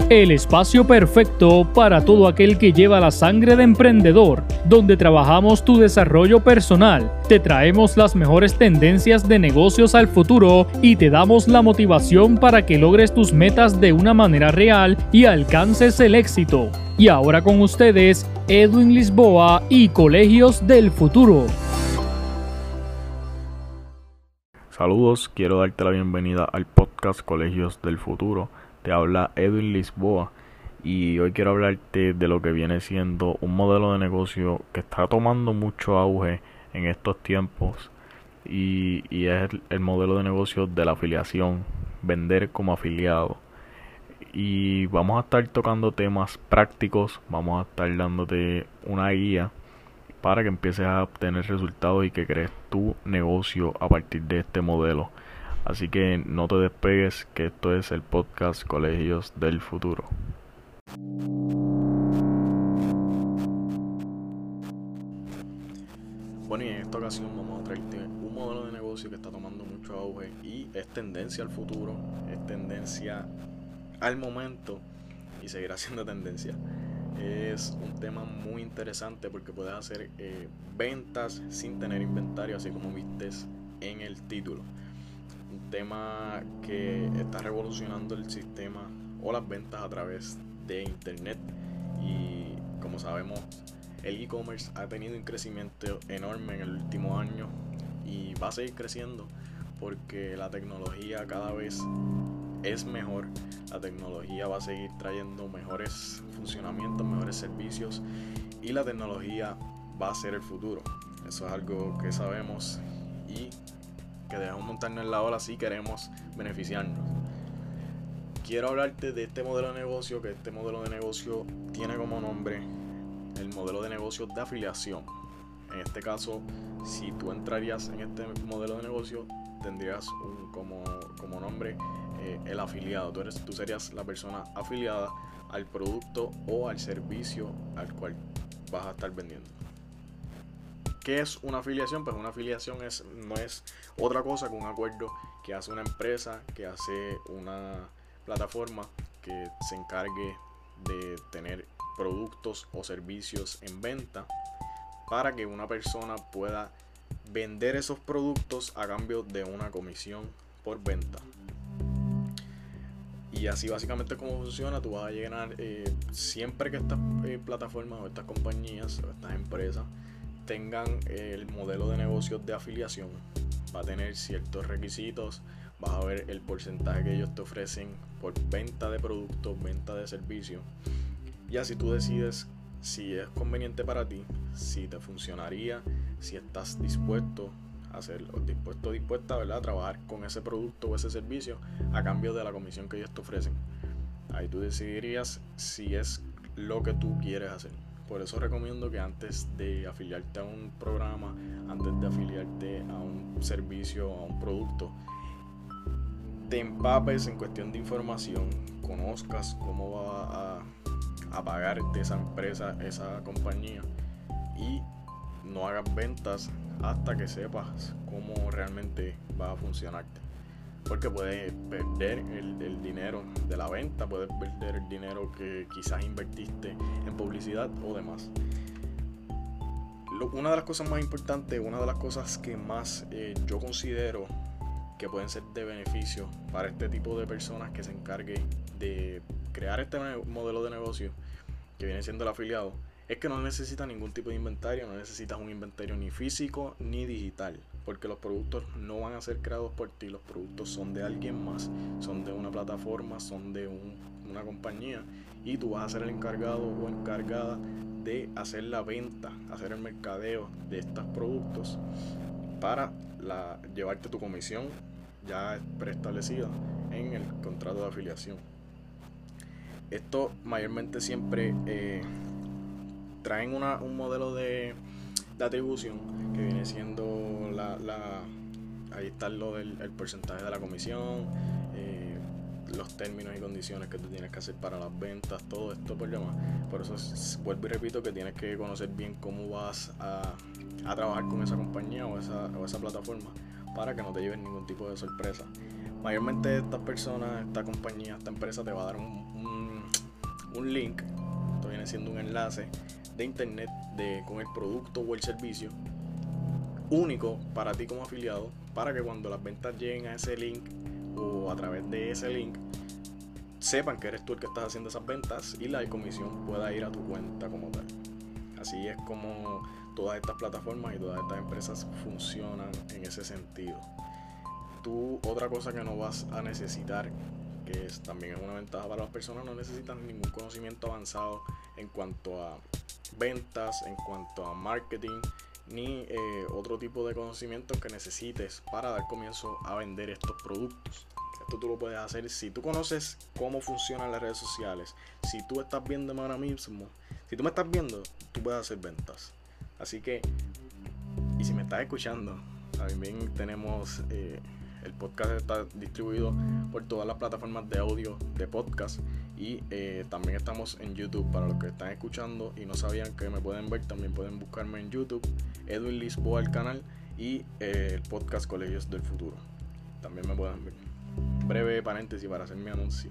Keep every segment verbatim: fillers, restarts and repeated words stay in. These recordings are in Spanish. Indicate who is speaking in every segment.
Speaker 1: el espacio perfecto para todo aquel que lleva la sangre de emprendedor, donde trabajamos tu desarrollo personal, te traemos las mejores tendencias de negocios al futuro y te damos la motivación para que logres tus metas de una manera real y alcances el éxito. Y ahora con ustedes, Edwin Lisboa y Colegios del Futuro.
Speaker 2: Saludos, quiero darte la bienvenida al podcast Colegios del Futuro. Te habla Edwin Lisboa y hoy quiero hablarte de lo que viene siendo un modelo de negocio que está tomando mucho auge en estos tiempos y, y es el, el modelo de negocio de la afiliación, vender como afiliado. Y vamos a estar tocando temas prácticos, vamos a estar dándote una guía para que empieces a obtener resultados y que crees tu negocio a partir de este modelo. Así que no te despegues, que esto es el podcast Colegios del Futuro. Bueno, y en esta ocasión vamos a traerte un modelo de negocio que está tomando mucho auge y es tendencia al futuro, es tendencia al momento y seguirá siendo tendencia. Es un tema muy interesante porque puedes hacer eh, ventas sin tener inventario, así como vistes en el título. Un tema que está revolucionando el sistema o las ventas a través de internet, y como sabemos el e-commerce ha tenido un crecimiento enorme en el último año y va a seguir creciendo porque la tecnología cada vez es mejor. La tecnología va a seguir trayendo mejores funcionamientos, mejores servicios, y la tecnología va a ser el futuro. Eso es algo que sabemos y que debemos montarnos en la ola si queremos beneficiarnos. Quiero hablarte de este modelo de negocio, que este modelo de negocio tiene como nombre el modelo de negocio de afiliación. En este caso, si tú entrarías en este modelo de negocio, tendrías un, como, como nombre eh, el afiliado. Tú, eres, tú serías la persona afiliada al producto o al servicio al cual vas a estar vendiendo. ¿Qué es una afiliación? Pues una afiliación es, no es otra cosa que un acuerdo que hace una empresa, que hace una plataforma que se encargue de tener productos o servicios en venta para que una persona pueda vender esos productos a cambio de una comisión por venta. Y así básicamente como funciona. Tú vas a llenar eh, siempre que estas eh, plataformas o estas compañías o estas empresas tengan eh, el modelo de negocios de afiliación, va a tener ciertos requisitos. Vas a ver el porcentaje que ellos te ofrecen por venta de productos, venta de servicios, y así tú decides si es conveniente para ti, si te funcionaría, si estás dispuesto a hacer, o dispuesto o dispuesta, ¿verdad?, a trabajar con ese producto o ese servicio a cambio de la comisión que ellos te ofrecen. Ahí tú decidirías si es lo que tú quieres hacer. Por eso recomiendo que antes de afiliarte a un programa, antes de afiliarte a un servicio o a un producto, te empapes en cuestión de información, conozcas cómo va a, a pagarte esa empresa, esa compañía, y no hagas ventas hasta que sepas cómo realmente va a funcionarte. Porque puedes perder el, el dinero de la venta, puedes perder el dinero que quizás invertiste en publicidad o demás. Lo, una de las cosas más importantes, una de las cosas que más eh, yo considero que pueden ser de beneficio para este tipo de personas que se encargue de crear este modelo de negocio que viene siendo el afiliado, es que no necesitas ningún tipo de inventario, no necesitas un inventario ni físico ni digital, porque los productos no van a ser creados por ti, los productos son de alguien más, son de una plataforma, son de un, una compañía, y tú vas a ser el encargado o encargada de hacer la venta, hacer el mercadeo de estos productos para la, llevarte tu comisión ya preestablecida en el contrato de afiliación. Esto mayormente siempre eh, traen una, un modelo de, de atribución que viene siendo la, la ahí está lo del el porcentaje de la comisión, eh, los términos y condiciones que tú tienes que hacer para las ventas, todo esto por demás. Por eso vuelvo y repito que tienes que conocer bien cómo vas a, a trabajar con esa compañía o esa, o esa plataforma para que no te lleves ningún tipo de sorpresa. Mayormente estas personas, esta compañía, esta empresa te va a dar un, un un link, esto viene siendo un enlace de internet de, con el producto o el servicio único para ti como afiliado, para que cuando las ventas lleguen a ese link o a través de ese link sepan que eres tú el que estás haciendo esas ventas y la comisión pueda ir a tu cuenta como tal. Así es como todas estas plataformas y todas estas empresas funcionan en ese sentido. Tú, otra cosa que no vas a necesitar, que es también es una ventaja para las personas, no necesitan ningún conocimiento avanzado en cuanto a ventas, en cuanto a marketing, ni eh, otro tipo de conocimientos que necesites para dar comienzo a vender estos productos. Esto tú lo puedes hacer si tú conoces cómo funcionan las redes sociales. Si tú estás viendo ahora mismo, si tú me estás viendo, tú puedes hacer ventas. Así que, y si me estás escuchando, también tenemos eh, el podcast está distribuido por todas las plataformas de audio de podcast y eh, también estamos en YouTube. Para los que están escuchando y no sabían que me pueden ver, también pueden buscarme en YouTube, Edwin Lisboa el canal y eh, el podcast Colegios del Futuro. También me pueden ver. Breve paréntesis para hacer mi anuncio.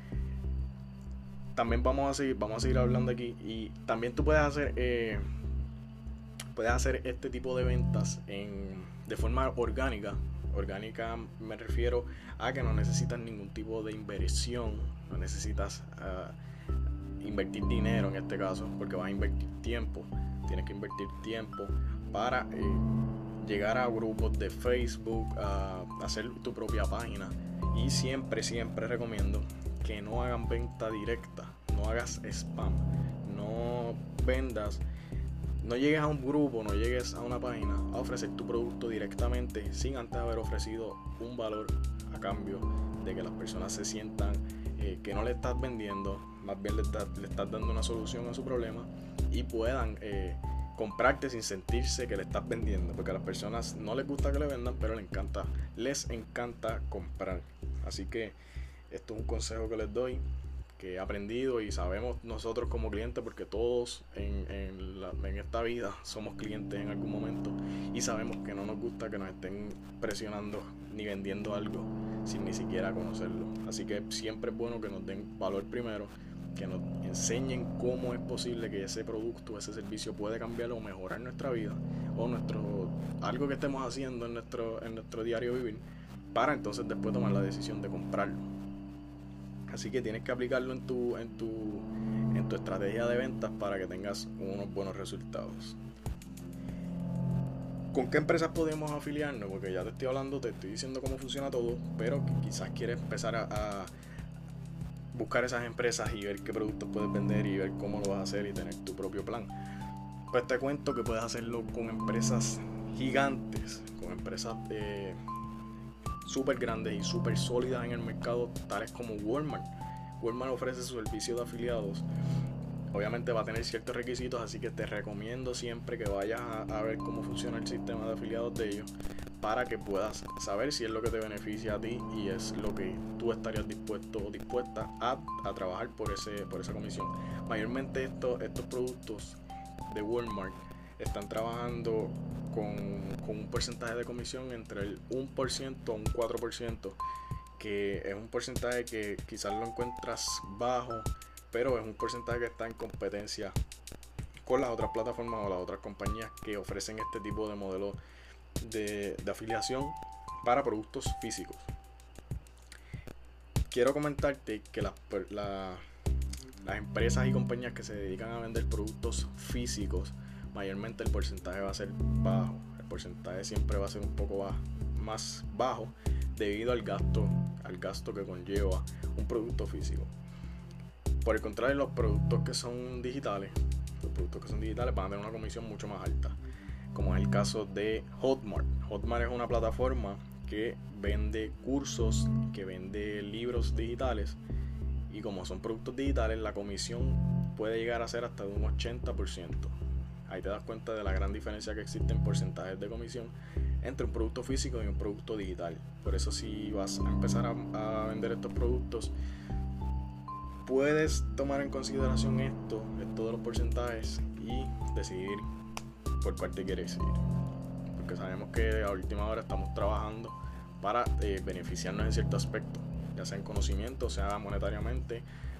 Speaker 2: También vamos a seguir, vamos a seguir hablando aquí y también tú puedes hacer eh, puedes hacer este tipo de ventas en, de forma orgánica. Orgánica me refiero a que no necesitas ningún tipo de inversión, no necesitas uh, invertir dinero en este caso, porque vas a invertir tiempo, tienes que invertir tiempo para eh, llegar a grupos de Facebook, a uh, hacer tu propia página. Y siempre, siempre recomiendo que no hagan venta directa, no hagas spam, no vendas. No llegues a un grupo, no llegues a una página a ofrecer tu producto directamente sin antes haber ofrecido un valor a cambio de que las personas se sientan eh, que no le estás vendiendo, más bien le, estás, le estás dando una solución a su problema y puedan eh, comprarte sin sentirse que le estás vendiendo, porque a las personas no les gusta que le vendan, pero les encanta, les encanta comprar. Así que esto es un consejo que les doy, que he aprendido y sabemos nosotros como clientes, porque todos en, en, la, en esta vida somos clientes en algún momento y sabemos que no nos gusta que nos estén presionando ni vendiendo algo sin ni siquiera conocerlo. Así que siempre es bueno que nos den valor primero, que nos enseñen cómo es posible que ese producto, ese servicio puede cambiar o mejorar nuestra vida o nuestro algo que estemos haciendo en nuestro, en nuestro diario vivir, para entonces después tomar la decisión de comprarlo. Así que tienes que aplicarlo en tu, en tu, en tu estrategia de ventas para que tengas unos buenos resultados. ¿Con qué empresas podemos afiliarnos? Porque ya te estoy hablando, te estoy diciendo cómo funciona todo, pero quizás quieres empezar a, a buscar esas empresas y ver qué productos puedes vender y ver cómo lo vas a hacer y tener tu propio plan. Pues te cuento que puedes hacerlo con empresas gigantes, con empresas de súper grandes y súper sólidas en el mercado, tales como Walmart. Walmart ofrece su servicio de afiliados. Obviamente va a tener ciertos requisitos, así que te recomiendo siempre que vayas a, a ver cómo funciona el sistema de afiliados de ellos, para que puedas saber si es lo que te beneficia a ti y es lo que tú estarías dispuesto o dispuesta a, a trabajar por, ese, por esa comisión. Mayormente estos, estos productos de Walmart están trabajando con, con un porcentaje de comisión entre el uno por ciento a un cuatro por ciento, que es un porcentaje que quizás lo encuentras bajo, pero es un porcentaje que está en competencia con las otras plataformas o las otras compañías que ofrecen este tipo de modelo de, de afiliación para productos físicos. Quiero comentarte que las, la, las empresas y compañías que se dedican a vender productos físicos, mayormente el porcentaje va a ser bajo. El porcentaje siempre va a ser un poco bajo, más bajo debido al gasto, al gasto que conlleva un producto físico. Por el contrario, los productos que son digitales, los productos que son digitales van a tener una comisión mucho más alta, como es el caso de Hotmart. Hotmart es una plataforma que vende cursos, que vende libros digitales, y como son productos digitales, la comisión puede llegar a ser hasta de un ochenta por ciento. Ahí te das cuenta de la gran diferencia que existe en porcentajes de comisión entre un producto físico y un producto digital. Por eso, si vas a empezar a, a vender estos productos, puedes tomar en consideración esto, esto de los porcentajes, y decidir por cuál te quieres ir. Porque sabemos que a última hora estamos trabajando para eh, beneficiarnos en cierto aspecto, ya sea en conocimiento, sea monetariamente,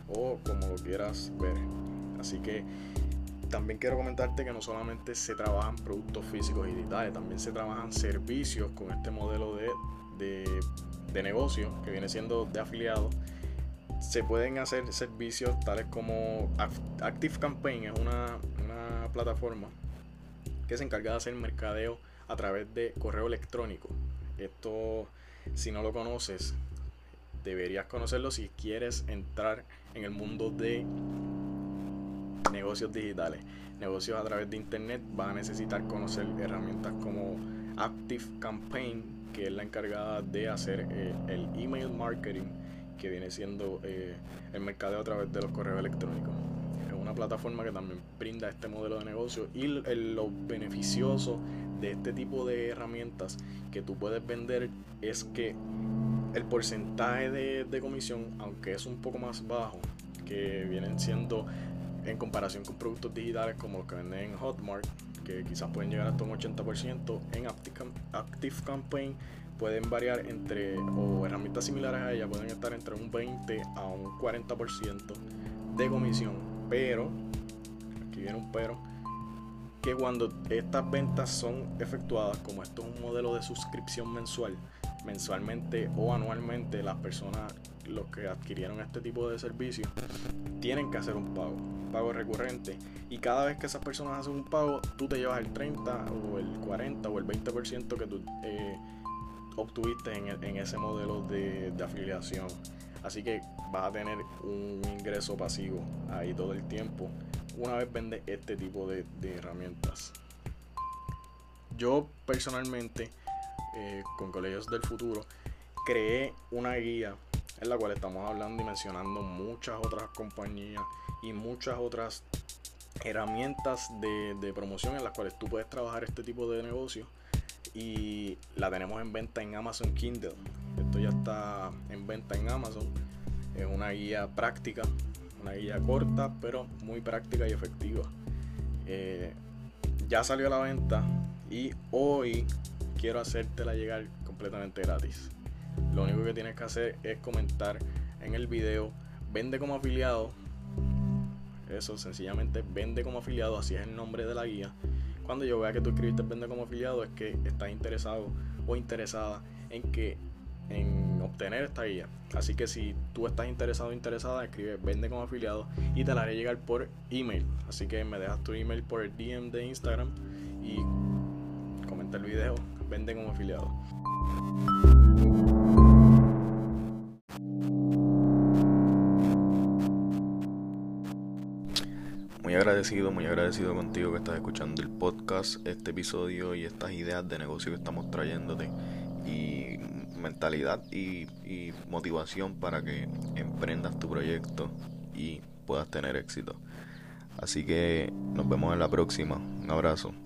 Speaker 2: o como lo quieras ver. Así que también quiero comentarte que no solamente se trabajan productos físicos y digitales, también se trabajan servicios con este modelo de, de, de negocio que viene siendo de afiliado. Se pueden hacer servicios tales como ActiveCampaign, es una, una plataforma que se encarga de hacer mercadeo a través de correo electrónico. Esto, si no lo conoces, deberías conocerlo si quieres entrar en el mundo de negocios digitales, negocios a través de internet. Vas a necesitar conocer herramientas como ActiveCampaign, que es la encargada de hacer eh, el email marketing, que viene siendo eh, el mercadeo a través de los correos electrónicos. Es una plataforma que también brinda este modelo de negocio, y el, lo beneficioso de este tipo de herramientas que tú puedes vender es que el porcentaje de, de comisión, aunque es un poco más bajo, que vienen siendo en comparación con productos digitales como los que venden en Hotmart, que quizás pueden llegar hasta un ochenta por ciento, en ActiveCampaign pueden variar entre, o herramientas similares a ella pueden estar entre un veinte a un cuarenta por ciento de comisión. Pero, aquí viene un pero, que cuando estas ventas son efectuadas, como esto es un modelo de suscripción mensual, mensualmente o anualmente, las personas, los que adquirieron este tipo de servicio, tienen que hacer un pago, un pago recurrente, y cada vez que esas personas hacen un pago, tú te llevas el treinta o el cuarenta o el veinte por ciento que tú eh, obtuviste en, en ese modelo de, de afiliación. Así que vas a tener un ingreso pasivo ahí todo el tiempo una vez vendes este tipo de, de herramientas. Yo personalmente, eh, con Colegios del Futuro, creé una guía en la cual estamos hablando y mencionando muchas otras compañías y muchas otras herramientas de, de promoción en las cuales tú puedes trabajar este tipo de negocio, y la tenemos en venta en Amazon Kindle. Esto ya está en venta en Amazon. Es una guía práctica, una guía corta pero muy práctica y efectiva. Eh, ya salió a la venta y hoy quiero hacértela llegar completamente gratis. Lo único que tienes que hacer es comentar en el video "vende como afiliado". Eso, sencillamente "vende como afiliado", así es el nombre de la guía. Cuando yo vea que tú escribiste "vende como afiliado", es que estás interesado o interesada en que en obtener esta guía. Así que si tú estás interesado o interesada, escribe "vende como afiliado" y te la haré llegar por email. Así que me dejas tu email por el D M de Instagram y comenta el video "vende como afiliado". Muy agradecido, muy agradecido contigo que estás escuchando el podcast, este episodio y estas ideas de negocio que estamos trayéndote, y mentalidad y, y motivación para que emprendas tu proyecto y puedas tener éxito. Así que nos vemos en la próxima. Un abrazo.